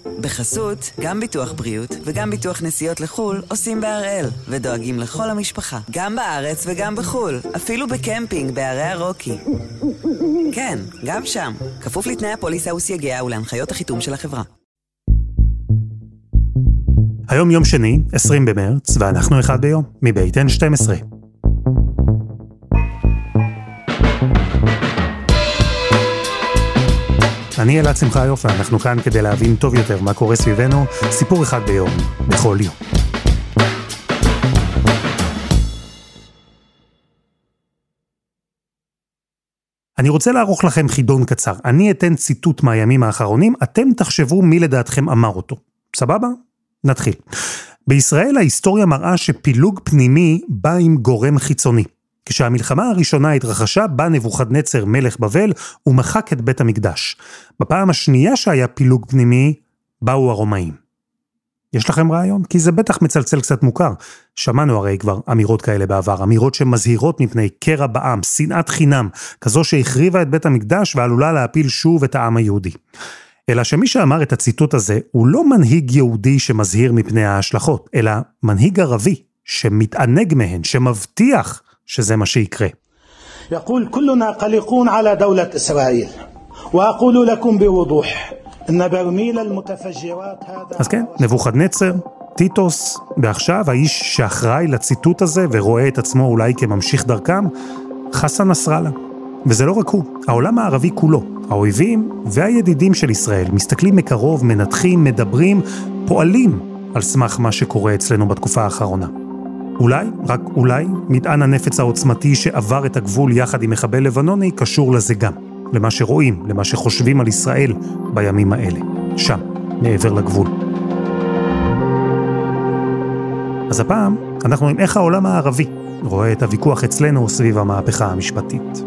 בחסות, גם ביטוח בריאות וגם ביטוח נסיעות לחול עושים בהראל, ודואגים לכל המשפחה, גם בארץ וגם בחול, אפילו בקמפינג בערי הרוקי. כן, גם שם, כפוף לתנאי הפוליסה וסייגיה ולהנחיות החיתום של החברה. היום יום שני, 20 במרץ, ואנחנו אחד ביום, מבית N12. אני אלעד שמחה יופי, אנחנו כאן כדי להבין טוב יותר מה קורה סביבנו, סיפור אחד ביום, בכל יום. אני רוצה לערוך לכם חידון קצר. אני אתן ציטוט מהימים האחרונים, אתם תחשבו מי לדעתכם אמר אותו. סבבה? נתחיל. בישראל ההיסטוריה מראה שפילוג פנימי בא עם גורם חיצוני. כשהמלחמה הראשונה התרחשה, בא נבוכדנצר מלך בבל ומחק את בית המקדש. בפעם השנייה שהיה פילוג פנימי, באו הרומאים. יש לכם רעיון? כי זה בטח מצלצל קצת מוכר. שמענו הרי כבר אמירות כאלה בעבר, אמירות שמזהירות מפני קרע בעם, שנאת חינם, כזו שהחריבה את בית המקדש ועלולה להפיל שוב את העם היהודי. אלא שמי שאמר את הציטוט הזה הוא לא מנהיג יהודי שמזהיר מפני ההשלכות, אלא מנהיג ערבי שמתענג מהן, שמבטיח שזה מה שיקרה. يقول كلنا قلقون على دولة إسرائيل وأقول لكم بوضوح إن برميل المتفجرات هذا. אז כן, נבוכדנצר, טיטוס, ועכשיו האיש שאחראי לציטוט הזה ורואה את עצמו אולי כממשיך דרכם, חסן נסראללה. וזה לא רק הוא, העולם הערבי כולו, האויבים והידידים של ישראל, מסתכלים מקרוב, מנתחים, מדברים, פועלים על סמך מה שקורה אצלנו בתקופה האחרונה. אולי, רק אולי, מטען הנפץ העוצמתי שעבר את הגבול יחד עם מחבל לבנוני קשור לזה גם, למה שרואים, למה שחושבים על ישראל בימים האלה, שם, מעבר לגבול. אז הפעם אנחנו עם איך העולם הערבי רואה את הוויכוח אצלנו סביב המהפכה המשפטית.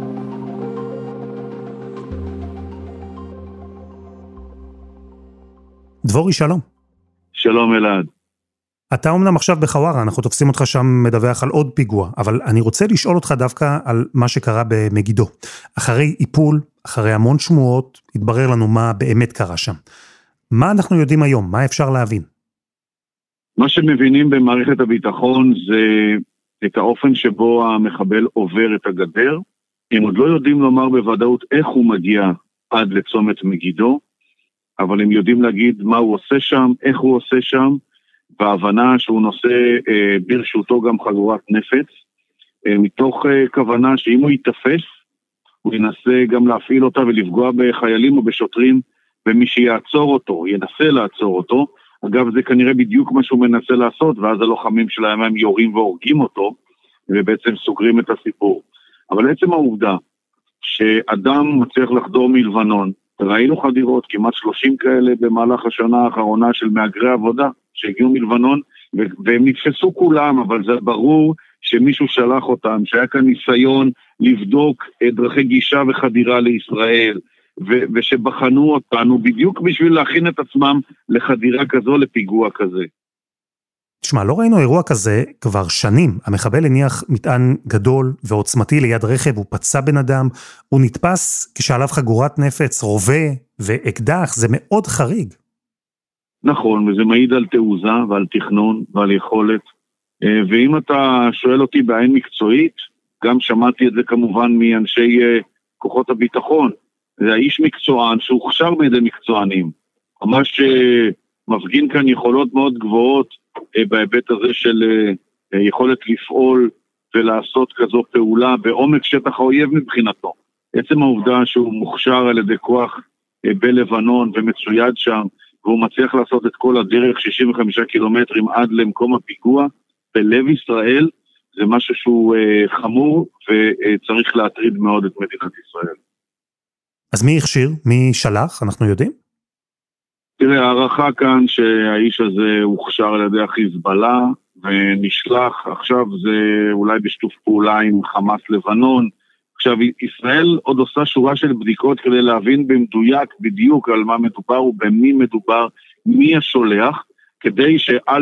דבורי, שלום. שלום אלעד. אתה אומנם עכשיו בחווארה, אנחנו תופסים אותך שם מדווח על עוד פיגוע, אבל אני רוצה לשאול אותך דווקא על מה שקרה במגידו. אחרי איפול, אחרי המון שמועות, התברר לנו מה באמת קרה שם. מה אנחנו יודעים היום? מה אפשר להבין? מה שמבינים במערכת הביטחון זה את האופן שבו המחבל עובר את הגדר. הם עוד לא יודעים לומר בוודאות איך הוא מגיע עד לצומת מגידו, אבל הם יודעים להגיד מה הוא עושה שם, איך הוא עושה שם, בהבנה שהוא נושא ברשותו גם חגורת נפץ, מתוך כוונה שאם הוא יתפס, הוא ינסה גם להפעיל אותה ולפגוע בחיילים או בשוטרים, ומי שיעצור אותו, ינסה לעצור אותו. אגב, זה כנראה בדיוק מה שהוא מנסה לעשות, ואז הלוחמים שלהם הם יורים והורגים אותו, ובעצם סוגרים את הסיפור. אבל עצם העובדה שאדם מצליח לחדור מלבנון, ראינו חדירות, כמעט 30 כאלה במהלך השנה האחרונה של מהגרי עבודה, שהגיעו מלבנון, והם נתפסו כולם, אבל זה ברור שמישהו שלח אותם, שהיה כאן ניסיון לבדוק דרכי גישה וחדירה לישראל, ושבחנו אותנו בדיוק בשביל להכין את עצמם לחדירה כזו, לפיגוע כזה. תשמע, לא ראינו אירוע כזה כבר שנים. המחבל הניח מטען גדול ועוצמתי ליד רכב, הוא פצע בן אדם, הוא נתפס כשעליו חגורת נפץ, רובה ואקדח, זה מאוד חריג. נכון, וזה מעיד על תעוזה ועל תכנון ועל יכולת. ואם אתה שואל אותי בעין מקצועית, גם שמעתי את זה כמובן מאנשי כוחות הביטחון, זה האיש מקצוען שהוכשר מידי מקצוענים, ממש מפגין כאן יכולות מאוד גבוהות בהיבט הזה של יכולת לפעול ולעשות כזו פעולה בעומק שטח האויב מבחינתו. עצם העובדה שהוא מוכשר על ידי כוח בלבנון ומצויד שם, והוא מצליח לעשות את כל הדרך 65 קילומטרים עד למקום הפיגוע בלב ישראל, זה משהו שהוא חמור וצריך להטריד מאוד את מדינת ישראל. אז מי הכשיר? מי שלח? אנחנו יודעים? תראה, הערכה כאן שהאיש הזה הוכשר על ידי החיזבאללה ונשלח, עכשיו זה אולי בשיתוף פעולה עם חמאס לבנון. עכשיו, ישראל עוד עושה שורה של בדיקות כדי להבין במדויק בדיוק על מה מדובר ובמי מדובר, מי השולח, כדי שא'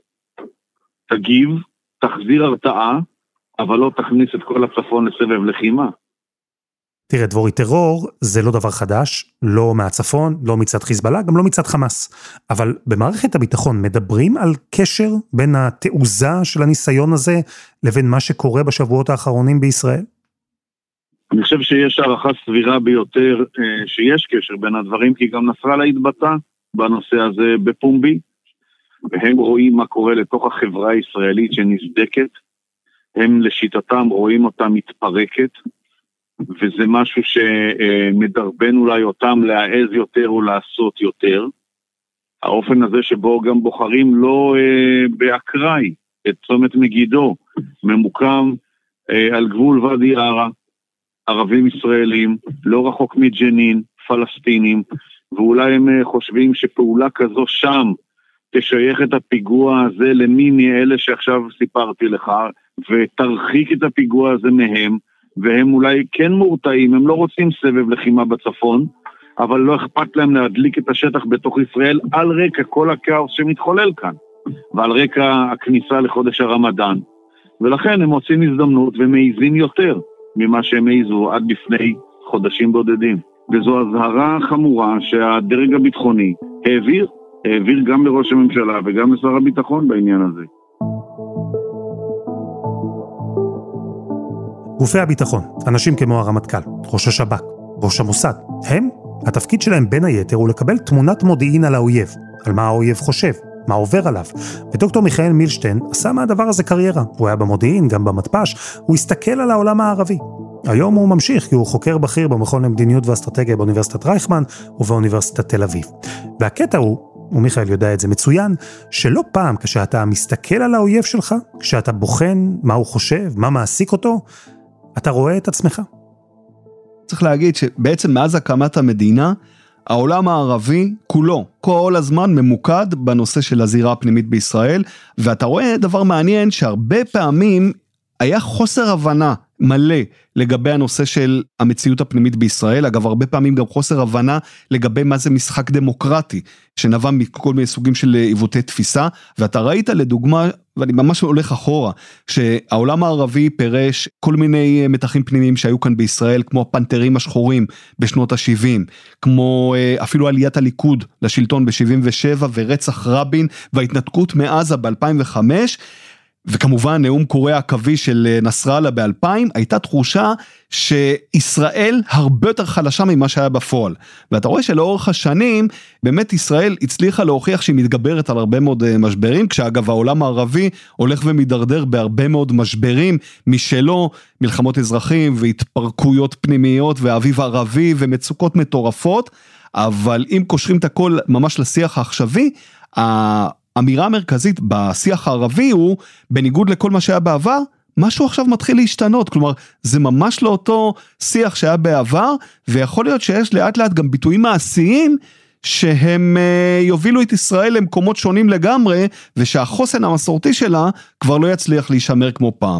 תגיב, תחזיר הרתעה, אבל לא תכניס את כל הצפון לסבב לחימה. תראה, דבורי, טרור זה לא דבר חדש, לא מהצפון, לא מצד חיזבאללה, גם לא מצד חמאס. אבל במערכת הביטחון מדברים על קשר בין התעוזה של הניסיון הזה לבין מה שקורה בשבועות האחרונים בישראל? אני חושב שיש הערכה סבירה ביותר שיש קשר בין הדברים, כי גם נסראללה התבטא בנושא הזה בפומבי, והם רואים מה קורה לתוך החברה הישראלית שנסדקת, הם לשיטתם רואים אותה מתפרקת, וזה משהו שמדרבן אולי אותם להעז יותר או לעשות יותר. האופן הזה שבו גם בוחרים לא באקראי, את צומת מגידו, ממוקם על גבול ואדי ערה, ערבים ישראלים, לא רחוק מג'נין, פלסטינים, ואולי הם חושבים שפעולה כזו שם תשייך את הפיגוע הזה למי מאלה שעכשיו סיפרתי לך, ותרחיק את הפיגוע הזה מהם, והם אולי כן מורתעים, הם לא רוצים סבב לחימה בצפון, אבל לא אכפת להם להדליק את השטח בתוך ישראל על רקע כל הכאוס שמתחולל כאן, ועל רקע הכניסה לחודש הרמדאן. ולכן הם מוצאים הזדמנות ומעיזים יותר ממה שהם העיזו עד לפני חודשים בודדים. וזו הזהרה חמורה שהדרג הביטחוני העביר גם לראש הממשלה וגם לשר הביטחון בעניין הזה. גופי הביטחון, אנשים כמו הרמטכ"ל, ראש השב"כ, ראש המוסד, התפקיד שלהם בין היתר הוא לקבל תמונת מודיעין על האויב, על מה האויב חושב, מה עובר עליו. ודוקטור מיכאל מילשטיין עשה מהדבר הזה קריירה. הוא היה במודיעין, גם במדפ"ש, הוא הסתכל על העולם הערבי. היום הוא ממשיך כי הוא חוקר בכיר במכון למדיניות ואסטרטגיה באוניברסיטת רייכמן ובאוניברסיטת תל אביב. והקטע הוא, ומיכאל יודע את זה מצוין, שלא פעם כשאתה מסתכל על האויב שלך, כשאתה בוחן מה הוא חושב, מה מעסיק אותו, אתה רואה את עצמך. צריך להגיד שבעצם מאז הקמת המדינה, העולם הערבי כולו, כל הזמן ממוקד בנושא של הזירה הפנימית בישראל, ואתה רואה דבר מעניין שהרבה פעמים היה חוסר הבנה מלא לגבי הנושא של המציאות הפנימית בישראל, אגב הרבה פעמים גם חוסר הבנה לגבי מה זה משחק דמוקרטי, שנבע מכל מיני סוגים של עיוותי תפיסה, ואתה ראית לדוגמה, ואני ממש הולך אחורה, שהעולם הערבי פירש כל מיני מתחים פנימיים שהיו כאן בישראל, כמו הפנתרים השחורים בשנות ה-70, כמו אפילו עליית הליכוד לשלטון ב-77, ורצח רבין, וההתנתקות מעזה ב-2005, וכמובן נאום קוריאה הקווי של נסראללה ב-2000, הייתה תחושה שישראל הרבה יותר חלשה ממה שהיה בפועל. ואתה רואה שלאורך השנים, באמת ישראל הצליחה להוכיח שהיא מתגברת על הרבה מאוד משברים, כשאגב העולם הערבי הולך ומדרדר בהרבה מאוד משברים, משלו מלחמות אזרחים והתפרקויות פנימיות והאביב הערבי ומצוקות מטורפות, אבל אם קושרים את הכל ממש לשיח העכשווי, האמירה המרכזית בשיח הערבי הוא, בניגוד לכל מה שהיה בעבר, משהו עכשיו מתחיל להשתנות, כלומר, זה ממש לא אותו שיח שהיה בעבר, ויכול להיות שיש לאט לאט גם ביטויים מעשיים, שהם יובילו את ישראל למקומות שונים לגמרי, ושהחוסן המסורתי שלה כבר לא יצליח להישמר כמו פעם.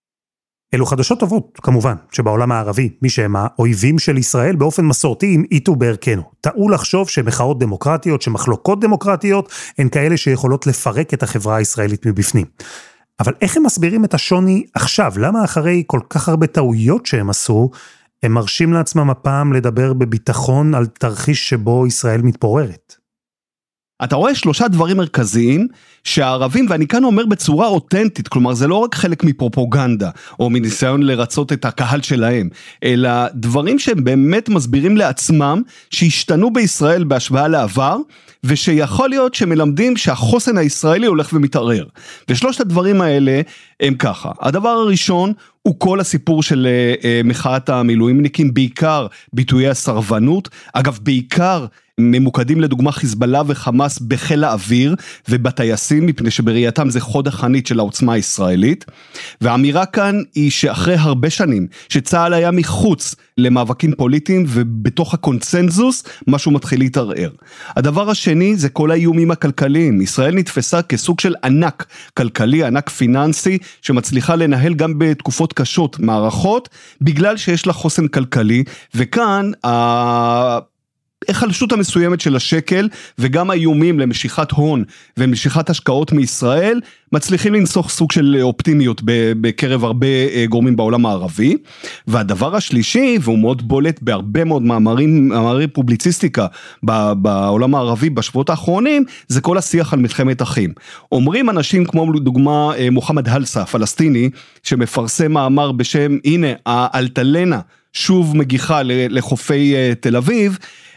אלו חדשות טובות, כמובן, שבעולם הערבי, מי שהם האויבים של ישראל באופן מסורתי עם איתו בערכנו. טעו לחשוב שמחאות דמוקרטיות, שמחלוקות דמוקרטיות, הן כאלה שיכולות לפרק את החברה הישראלית מבפנים. אבל איך הם מסבירים את השוני עכשיו? למה אחרי כל כך הרבה טעויות שהם עשו, הם מרשים לעצמם הפעם לדבר בביטחון על תרחיש שבו ישראל מתפוררת? אתה רואה 3 דברים מרכזיים שהערבים, ואני כאן אומר בצורה אותנטית, כלומר זה לא רק חלק מפרופוגנדה, או מניסיון לרצות את הקהל שלהם, אלא דברים שהם באמת מסבירים לעצמם, שהשתנו בישראל בהשוואה לעבר, ושיכול להיות שמלמדים שהחוסן הישראלי הולך ומתערער. ושלושת הדברים האלה הם ככה. הדבר הראשון הוא כל הסיפור של מחאת המילואימניקים, בעיקר ביטויי הסרבנות, אגב בעיקר ממוקדים לדוגמה חיזבאללה וחמאס בחיל האוויר ובטייסים, מפני שבראייתם זה חוד החנית של העוצמה הישראלית, והאמירה כאן היא שאחרי הרבה שנים שצה"ל היה מחוץ למאבקים פוליטיים ובתוך הקונצנזוס משהו מתחיל להתערער. הדבר השני זה כל האיומים הכלכליים, ישראל נתפסה כסוג של ענק כלכלי, ענק פיננסי שמצליחה לנהל גם בתקופות קשות מערכות בגלל שיש לה חוסן כלכלי, וכאן החלשות המסוימת של השקל, וגם האיומים למשיכת הון ומשיכת השקעות מישראל, מצליחים לנסוך סוג של אופטימיות בקרב הרבה גורמים בעולם הערבי. והדבר השלישי, והוא מאוד בולט בהרבה מאוד מאמרי פובליציסטיקה בעולם הערבי בשבועות האחרונים, זה כל השיח על מלחמת אחים. אומרים אנשים כמו לדוגמה מוחמד הלסה, פלסטיני, שמפרסם מאמר בשם, הנה, האלטלנה שוב מגיחה לחופי תל אביב,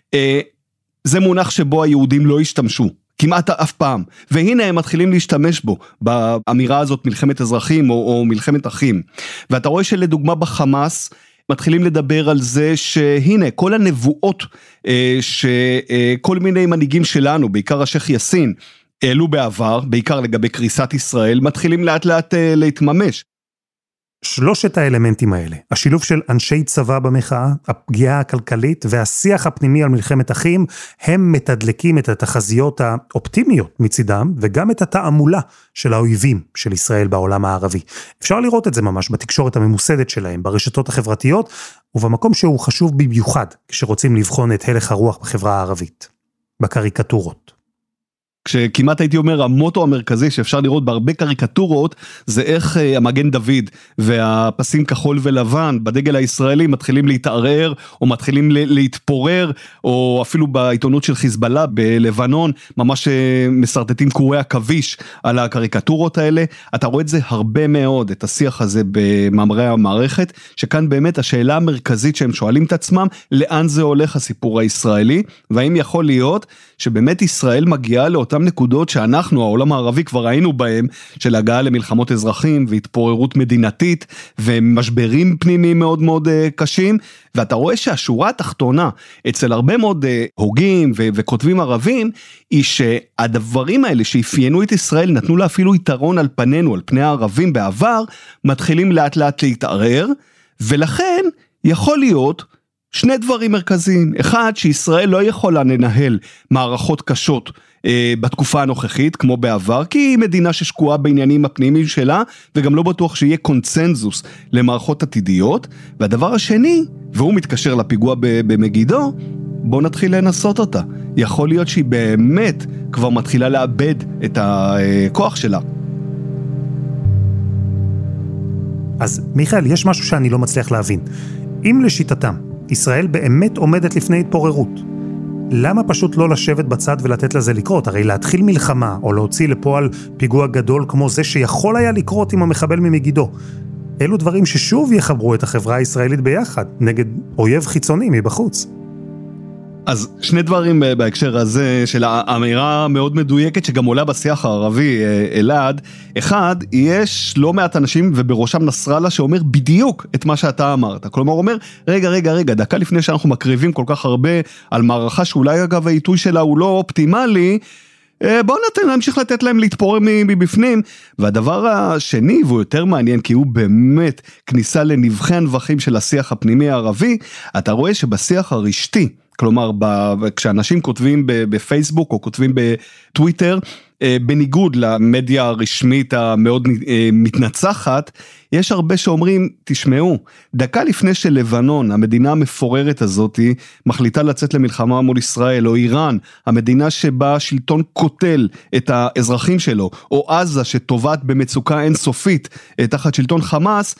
זה מונח שבו היהודים לא השתמשו, כמעט אף פעם, והנה הם מתחילים להשתמש בו, באמירה הזאת מלחמת אזרחים או מלחמת אחים, ואתה רואה שלדוגמה בחמאס, מתחילים לדבר על זה שהנה כל הנבואות שכל מיני מנהיגים שלנו, בעיקר השייח יאסין, העלו בעבר, בעיקר לגבי קריסת ישראל, מתחילים לאט לאט להתממש. שלושת האלמנטים האלה, השילוב של אנשי צבא במחאה, הפגיעה הכלכלית והשיח הפנימי על מלחמת אחים, הם מתדלקים את התחזיות האופטימיות מצידם, וגם את התעמולה של האויבים של ישראל בעולם הערבי. אפשר לראות את זה ממש בתקשורת הממוסדת שלהם, ברשתות החברתיות, ובמקום שהוא חשוב במיוחד, כשרוצים לבחון את הלך הרוח בחברה הערבית, בקריקטורות. כשכמעט הייתי אומר, המוטו המרכזי שאפשר לראות בהרבה קריקטורות, זה איך המגן דוד והפסים כחול ולבן בדגל הישראלי מתחילים להתערער, או מתחילים להתפורר, או אפילו בעיתונות של חיזבאללה בלבנון, ממש מסרטטים קורי הכביש על הקריקטורות האלה. אתה רואה את זה הרבה מאוד, את השיח הזה במאמרי המערכת, שכאן באמת השאלה המרכזית שהם שואלים את עצמם, לאן זה הולך הסיפור הישראלי, והאם יכול להיות שבאמת ישראל מגיעה לאותם נקודות שאנחנו, העולם הערבי, כבר ראינו בהם, של הגעה למלחמות אזרחים והתפוררות מדינתית ומשברים פנימיים מאוד מאוד קשים, ואתה רואה שהשורה התחתונה אצל הרבה מאוד הוגים וכותבים ערבים, היא שהדברים האלה שאפיינו את ישראל נתנו לה אפילו יתרון על פנינו, על פני הערבים בעבר, מתחילים לאט לאט להתערער, ולכן יכול להיות שני דברים מרכזיים. אחד, שישראל לא יכולה לנהל מערכות קשות בתקופה הנוכחית, כמו בעבר, כי היא מדינה ששקועה בעניינים הפנימיים שלה, וגם לא בטוח שיהיה קונצנזוס למערכות עתידיות. והדבר השני, והוא מתקשר לפיגוע במגידו, בוא נתחיל לנסות אותה. יכול להיות שהיא באמת כבר מתחילה לאבד את הכוח שלה. אז מיכאל, יש משהו שאני לא מצליח להבין. אם לשיטתם, ישראל באמת עומדת לפני התפוררות, למה פשוט לא לשבת בצד ולתת לזה לקרות? הרי להתחיל מלחמה או להוציא לפועל פיגוע גדול כמו זה שיכול היה לקרות עם המחבל ממגידו, אלו דברים ששוב יחברו את החברה הישראלית ביחד, נגד אויב חיצוני מבחוץ. אז שני דברים בהקשר הזה של האמירה מאוד מדויקת שגם עולה בשיח הערבי, אלעד. אחד, יש לא מעט אנשים ובראשם נסראללה שאומר בדיוק את מה שאתה אמרת. כלומר אומר, רגע, דקה לפני שאנחנו מקריבים כל כך הרבה על מערכה שאולי אגב העיתוי שלה הוא לא אופטימלי, בואו נמשיך לתת להם להתפורר מבפנים. והדבר השני, והוא יותר מעניין כי הוא באמת כניסה לנבחי הנבחים של השיח הפנימי הערבי, אתה רואה שבשיח הרשתי, כלומר, כשאנשים כותבים בפייסבוק או כותבים בטוויטר, בניגוד למדיה הרשמית המאוד מתנצחת, יש הרבה שאומרים, תשמעו, דקה לפני שלבנון, המדינה המפוררת הזאת, מחליטה לצאת למלחמה מול ישראל, או איראן, המדינה שבה שלטון קוטל את האזרחים שלו, או עזה שטובעת במצוקה אינסופית תחת שלטון חמאס,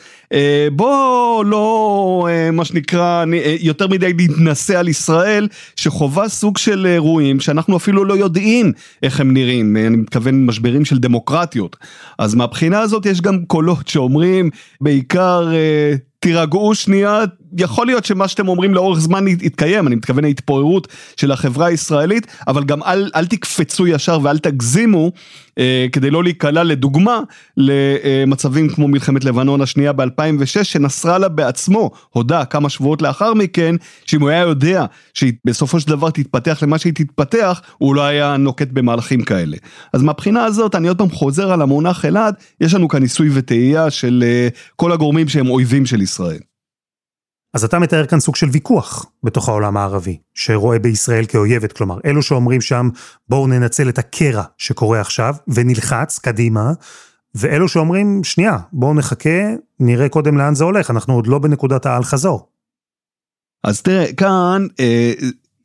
בוא לא, מה שנקרא, יותר מדי להתנסה על ישראל, שחובה סוג של אירועים, שאנחנו אפילו לא יודעים איך הם נראים, אני מתכוון משברים של דמוקרטיות. אז מהבחינה הזאת יש גם קולות שאומרים, בעיקר תירגעו שנייה, יכול להיות שמה שאתם אומרים לאורך זמן יתקיים, אני מתכוון ההתפוררות של החברה הישראלית, אבל גם אל תקפצו ישר ואל תגזימו, כדי לא להיקלע לדוגמה, למצבים כמו מלחמת לבנון השנייה ב-2006, שנסראללה בעצמו הודע כמה שבועות לאחר מכן, שאם הוא היה יודע שבסופו של דבר תתפתח למה שהיא תתפתח, הוא לא היה נוקט במהלכים כאלה. אז מהבחינה הזאת, אני עוד פעם חוזר על המונח אלעד, יש לנו כאן ניסוי וטעייה של כל הגורמים שהם אויבים של ישראל. אז אתה מתאר כאן סוג של ויכוח בתוך העולם הערבי, שרואה בישראל כאויבת, כלומר, אלו שאומרים שם, בואו ננצל את הקרע שקורה עכשיו, ונלחץ קדימה, ואלו שאומרים, שנייה, בואו נחכה, נראה קודם לאן זה הולך, אנחנו עוד לא בנקודת העל חזור. אז תראה, כאן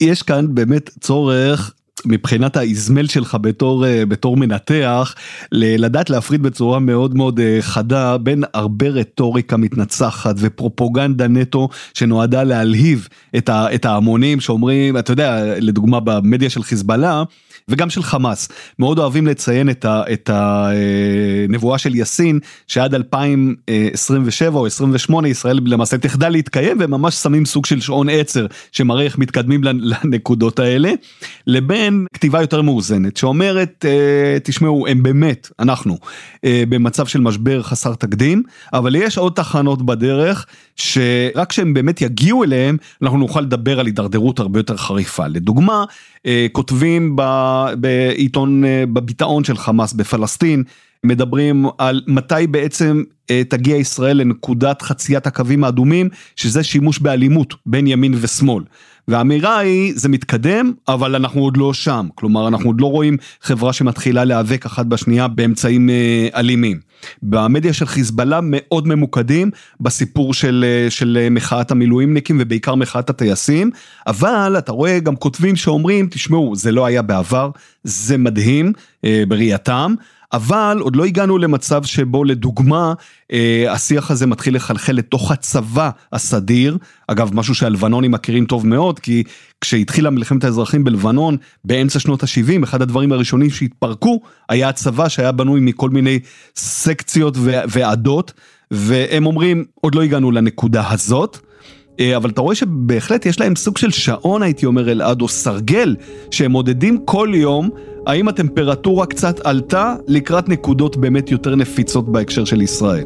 יש כאן באמת צורך, מבחינת האזמל שלך בתור מנתח, לדעת להפריד בצורה מאוד מאוד חדה, בין הרבה רטוריקה מתנצחת ופרופוגנדה נטו, שנועדה להלהיב את ההמונים שאומרים, אתה יודע, לדוגמה במדיה של חיזבאללה, וגם של חמאס, מאוד אוהבים לציין את הנבואה של יסין, שעד 2027 או 28 ישראל למעשה תחדל להתקיים, וממש שמים סוג של שעון עצר, שמראה איך מתקדמים לנקודות האלה, לבין כתיבה יותר מאוזנת, שאומרת, תשמעו, הם באמת, אנחנו, במצב של משבר חסר תקדים, אבל יש עוד תחנות בדרך, שרק שהם באמת יגיעו אליהם, אנחנו נוכל לדבר על הידרדרות הרבה יותר חריפה. לדוגמה, כותבים בעיתון, בביטאון של חמאס בפלסטין, מדברים על מתי בעצם תגיע ישראל לנקודת חציית הקווים האדומים, שזה שימוש באלימות בין ימין ושמאל. והאמירה היא, זה מתקדם, אבל אנחנו עוד לא שם. כלומר, אנחנו עוד לא רואים חברה שמתחילה להיאבק אחת בשנייה באמצעים אלימים. במדיה של חיזבאללה מאוד ממוקדים בסיפור של מחאת המילואימניקים ובעיקר מחאת הטייסים, אבל אתה רואה גם כותבים שאומרים, תשמעו, זה לא היה בעבר, זה מדהים בראייתם, אבל עוד לא הגענו למצב שבו לדוגמה השיח הזה מתחיל לחלחל לתוך הצבא הסדיר, אגב משהו שהלבנונים מכירים טוב מאוד, כי כשהתחילה מלחמת האזרחים בלבנון באמצע שנות ה-70, אחד הדברים הראשונים שהתפרקו היה הצבא שהיה בנוי מכל מיני סקציות ועדות, והם אומרים עוד לא הגענו לנקודה הזאת, אבל אתה רואה שבהחלט יש להם סוג של שעון, הייתי אומר אלעד, או סרגל, שהם מודדים כל יום, האם הטמפרטורה קצת עלתה לקראת נקודות באמת יותר נפיצות בהקשר של ישראל.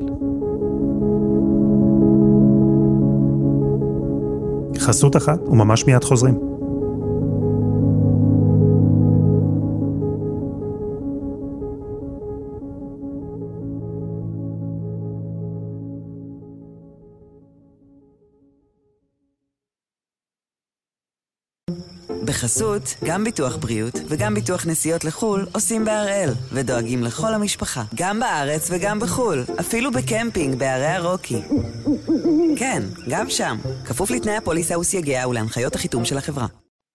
חסות אחת, וממש מיד חוזרים. בחסות, גם ביטוח בריאות וגם ביטוח נסיעות לחול עושים בהראל ודואגים לכל המשפחה, גם בארץ וגם בחול, אפילו בקמפינג בערי הרוקי. כן, גם שם, כפוף לתנאי הפוליסה וסייגיה ולהנחיות החיתום של החברה.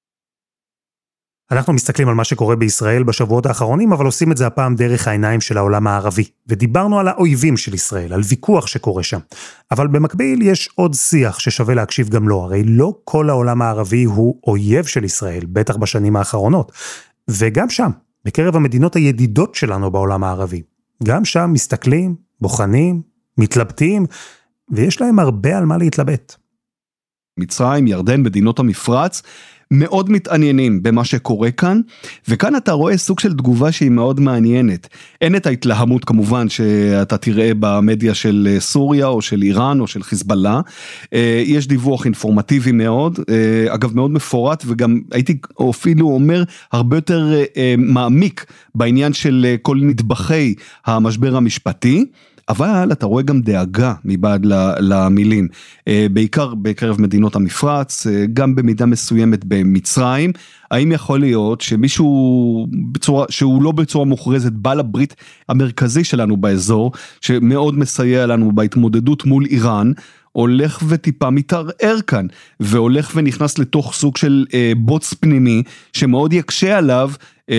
אנחנו מסתכלים על מה שקורה בישראל בשבועות האחרונים, אבל עושים את זה הפעם דרך העיניים של העולם הערבי. ודיברנו על האויבים של ישראל, על ויכוח שקורה שם. אבל במקביל יש עוד שיח ששווה להקשיב גם לו. הרי לא כל העולם הערבי הוא אויב של ישראל, בטח בשנים האחרונות. וגם שם, בקרב המדינות הידידות שלנו בעולם הערבי. גם שם מסתכלים, בוחנים, מתלבטים, ויש להם הרבה על מה להתלבט. מצרים, ירדן, מדינות המפרץ, מאוד מתעניינים במה שקורה כאן, וכאן אתה רואה סוג של תגובה שהיא מאוד מעניינת. אין את ההתלהמות כמובן שאתה תראה במדיה של סוריה או של איראן או של חיזבאללה, יש דיווח אינפורמטיבי מאוד, אגב מאוד מפורט, וגם הייתי אפילו אומר הרבה יותר מעמיק בעניין של כל נדבכי המשבר המשפטי, אבל אתה רואה גם דאגה מבעד למילים, בעיקר בקרב מדינות המפרץ, גם במידה מסוימת במצרים. האם יכול להיות שמישהו שהוא לא בצורה מוכרזת, בעל הברית המרכזי שלנו באזור, שמאוד מסייע לנו בהתמודדות מול איראן, הולך וטיפה מתערער כאן, והולך ונכנס לתוך סוג של בוץ פנימי, שמאוד יקשה עליו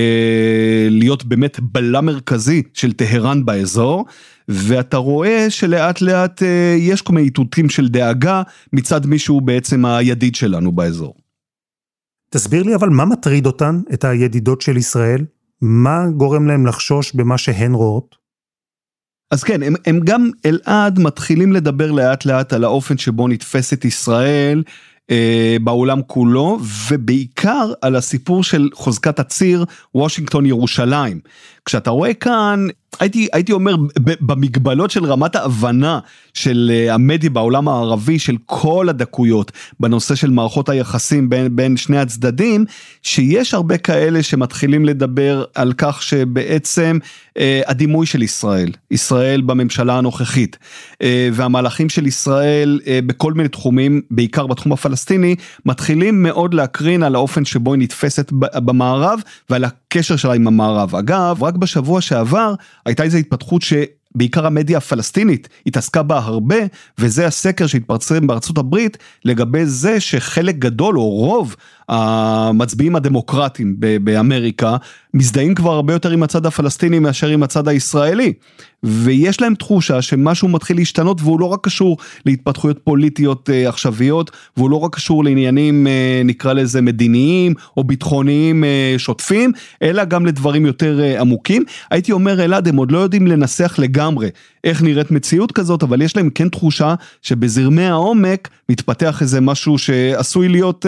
להיות באמת בלם מרכזי של טהרן באזור, ואתה רואה שלאט לאט יש כל מיני איתותים של דאגה, מצד מישהו בעצם הידיד שלנו באזור. תסביר לי אבל מה מטריד אותן, את הידידות של ישראל? מה גורם להם לחשוש במה שהן רואות? אז כן, הם גם אלעד מתחילים לדבר לאט לאט על האופן שבו נתפסת ישראל בעולם כולו, ובעיקר על הסיפור של חוזקת הציר וושינגטון ירושלים. כשאתה רואה כאן, הייתי אומר במגבלות של רמת ההבנה של המדיה בעולם הערבי, של כל הדקויות בנושא של מערכות היחסים בין שני הצדדים, שיש הרבה כאלה שמתחילים לדבר על כך שבעצם הדימוי של ישראל בממשלה הנוכחית, והמהלכים של ישראל בכל מיני תחומים, בעיקר בתחום הפלסטיני, מתחילים מאוד להקרין על האופן שבו היא נתפסת במערב, ועל הקשר שלה עם המערב. אגב, רק בשבוע שעבר, הייתה איזו התפתחות שבעיקר המדיה הפלסטינית התעסקה בה הרבה, וזה הסקר שהתפרסם בארצות הברית, לגבי זה שחלק גדול או רוב המצביעים הדמוקרטיים באמריקה, מזדהים כבר הרבה יותר עם הצד הפלסטיני מאשר עם הצד הישראלי, ויש להם תחושה שמשהו מתחיל להשתנות, והוא לא רק קשור להתפתחויות פוליטיות עכשוויות, והוא לא רק קשור לעניינים, נקרא לזה מדיניים, או ביטחוניים שוטפים, אלא גם לדברים יותר עמוקים. הייתי אומר, אלעד, הם עוד לא יודעים לנסח לגמרי איך נראית מציאות כזאת, אבל יש להם כן תחושה שבזרמי העומק מתפתח איזה משהו שעשוי להיות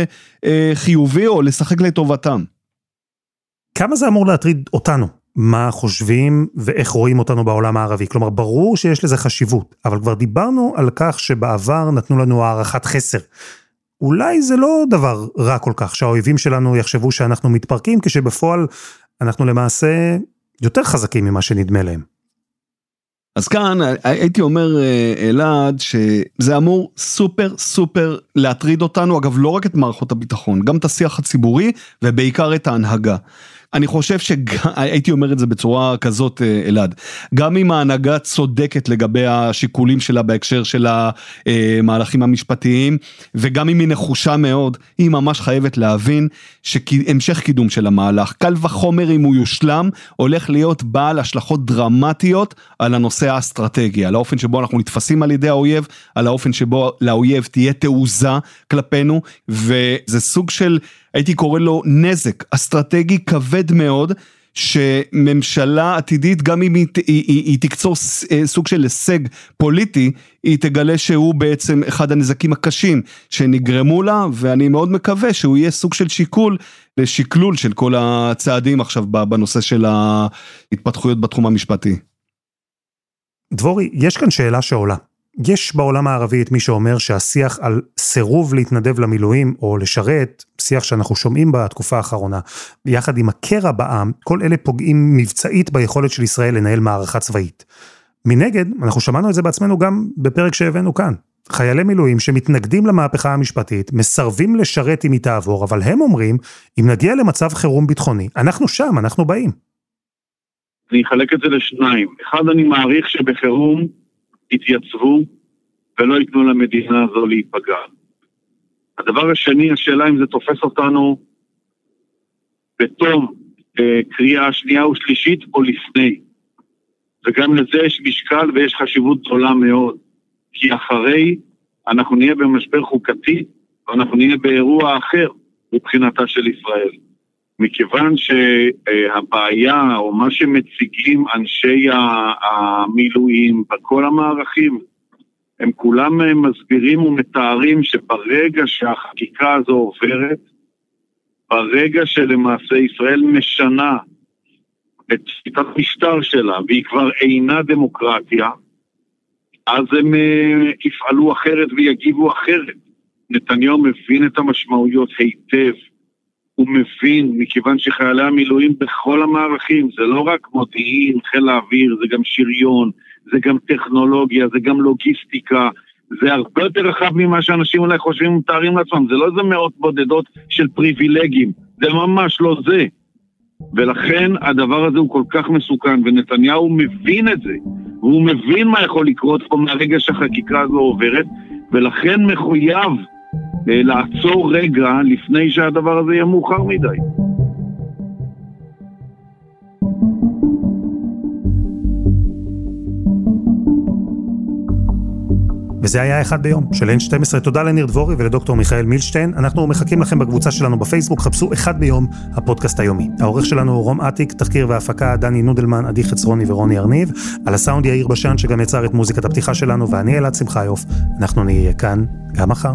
חיובי או לשחק לטובתם. כמה זה אמור להטריד אותנו? מה חושבים ואיך רואים אותנו בעולם הערבי? כלומר, ברור שיש לזה חשיבות, אבל כבר דיברנו על כך שבעבר נתנו לנו הערכת חסר. אולי זה לא דבר רע כל כך, שהאויבים שלנו יחשבו שאנחנו מתפרקים, כשבפועל אנחנו למעשה יותר חזקים ממה שנדמה להם. אז כאן הייתי אומר, אלעד, שזה אמור סופר להטריד אותנו, אגב לא רק את מערכות הביטחון, גם את השיח הציבורי ובעיקר את ההנהגה. אני חושב הייתי אומר את זה בצורה כזאת, אלעד, גם אם ההנהגה צודקת לגבי השיקולים שלה בהקשר של המהלכים המשפטיים, וגם אם היא נחושה מאוד, היא ממש חייבת להבין שהמשך קידום של המהלך, קל וחומר אם הוא יושלם, הולך להיות בעל השלכות דרמטיות על הנושא האסטרטגי, על האופן שבו אנחנו נתפסים על ידי האויב, על האופן שבו לאויב תהיה תעוזה כלפינו, וזה סוג של, הייתי קורא לו נזק אסטרטגי כבד מאוד, שממשלה עתידית, גם אם היא תקצור סוג של הישג פוליטי, היא תגלה שהוא בעצם אחד הנזקים הקשים שנגרמו לה, ואני מאוד מקווה שהוא יהיה סוג של שקלול של כל הצעדים עכשיו בנושא של ההתפתחויות בתחום המשפטי. דבורי, יש כאן שאלה שעולה. יש בעולם הערבי את מי שאומר שהשיח על סירוב להתנדב למילואים או לשרת, שיח שאנחנו שומעים בתקופה האחרונה, יחד עם הקרע בעם, כל אלה פוגעים מבצעית ביכולת של ישראל לנהל מערכה צבאית. מנגד, אנחנו שמענו את זה בעצמנו גם בפרק שהבאנו כאן. חיילי מילואים שמתנגדים למהפכה המשפטית, מסרבים לשרת אם היא תעבור, אבל הם אומרים, אם נגיע למצב חירום ביטחוני, אנחנו שם, אנחנו באים. אני אחלק את זה לשניים. אחד, אני מעריך שבחירום יתייצבו ולא ייתנו למדינה הזו להיפגע. הדבר השני, השאלה אם זה תופס אותנו בתום קריאה שנייה ושלישית או לפני. וגם לזה יש משקל ויש חשיבות גדולה מאוד. כי אחרי אנחנו נהיה במשבר חוקתי ואנחנו נהיה באירוע אחר מבחינתה של ישראל. מכיוון שהבעיה או מה שמציגים אנשי המילואים בכל המערכים, הם כולם מסבירים ומתארים שברגע שהחקיקה הזו עוברת, ברגע שלמעשה ישראל משנה את שיטת משטר שלה, והיא כבר אינה דמוקרטיה, אז הם יפעלו אחרת ויגיבו אחרת. נתניהו מבין את המשמעויות היטב, הוא מבין, מכיוון שחיילי המילואים בכל המערכים, זה לא רק מודיעין, חיל האוויר, זה גם שריון, זה גם טכנולוגיה, זה גם לוגיסטיקה, זה הרבה יותר רחב ממה שאנשים אולי חושבים ומתארים לעצמם, זה לא איזה מאות בודדות של פריבילגים, זה ממש לא זה. ולכן הדבר הזה הוא כל כך מסוכן, ונתניהו מבין את זה, והוא מבין מה יכול לקרות פה מהרגע שהחקיקה הזו עוברת, ולכן מחויב לעצור רגע לפני שהדבר הזה יהיה מאוחר מדי. וזה היה אחד ביום של N12. תודה לניר דבורי ולדוקטור מיכאל מילשטיין. אנחנו מחכים לכם בקבוצה שלנו בפייסבוק, חפשו אחד ביום, הפודקאסט היומי. העורך שלנו הוא רום עתיק, תחקיר והפקה דני נודלמן, עדי חצרוני ורוני ארניב, על הסאונד יאיר בשן שגם יצר את מוזיקת הפתיחה שלנו, ואני אלעד שמחיוף. אנחנו נהיה כאן גם מחר.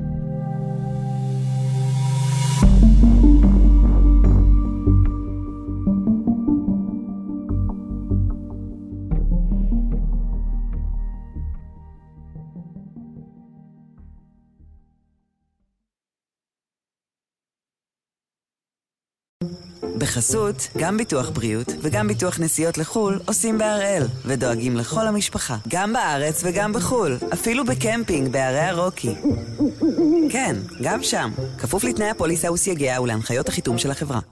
בחסות, גם ביטוח בריאות וגם ביטוח נסיעות לחול עושים בהראל ודואגים לכל המשפחה, גם בארץ וגם בחול, אפילו בקמפינג בערי הרוקי. כן, גם שם, כפוף לתנאי הפוליסה וסייגיה ולהנחיות החיתום של החברה.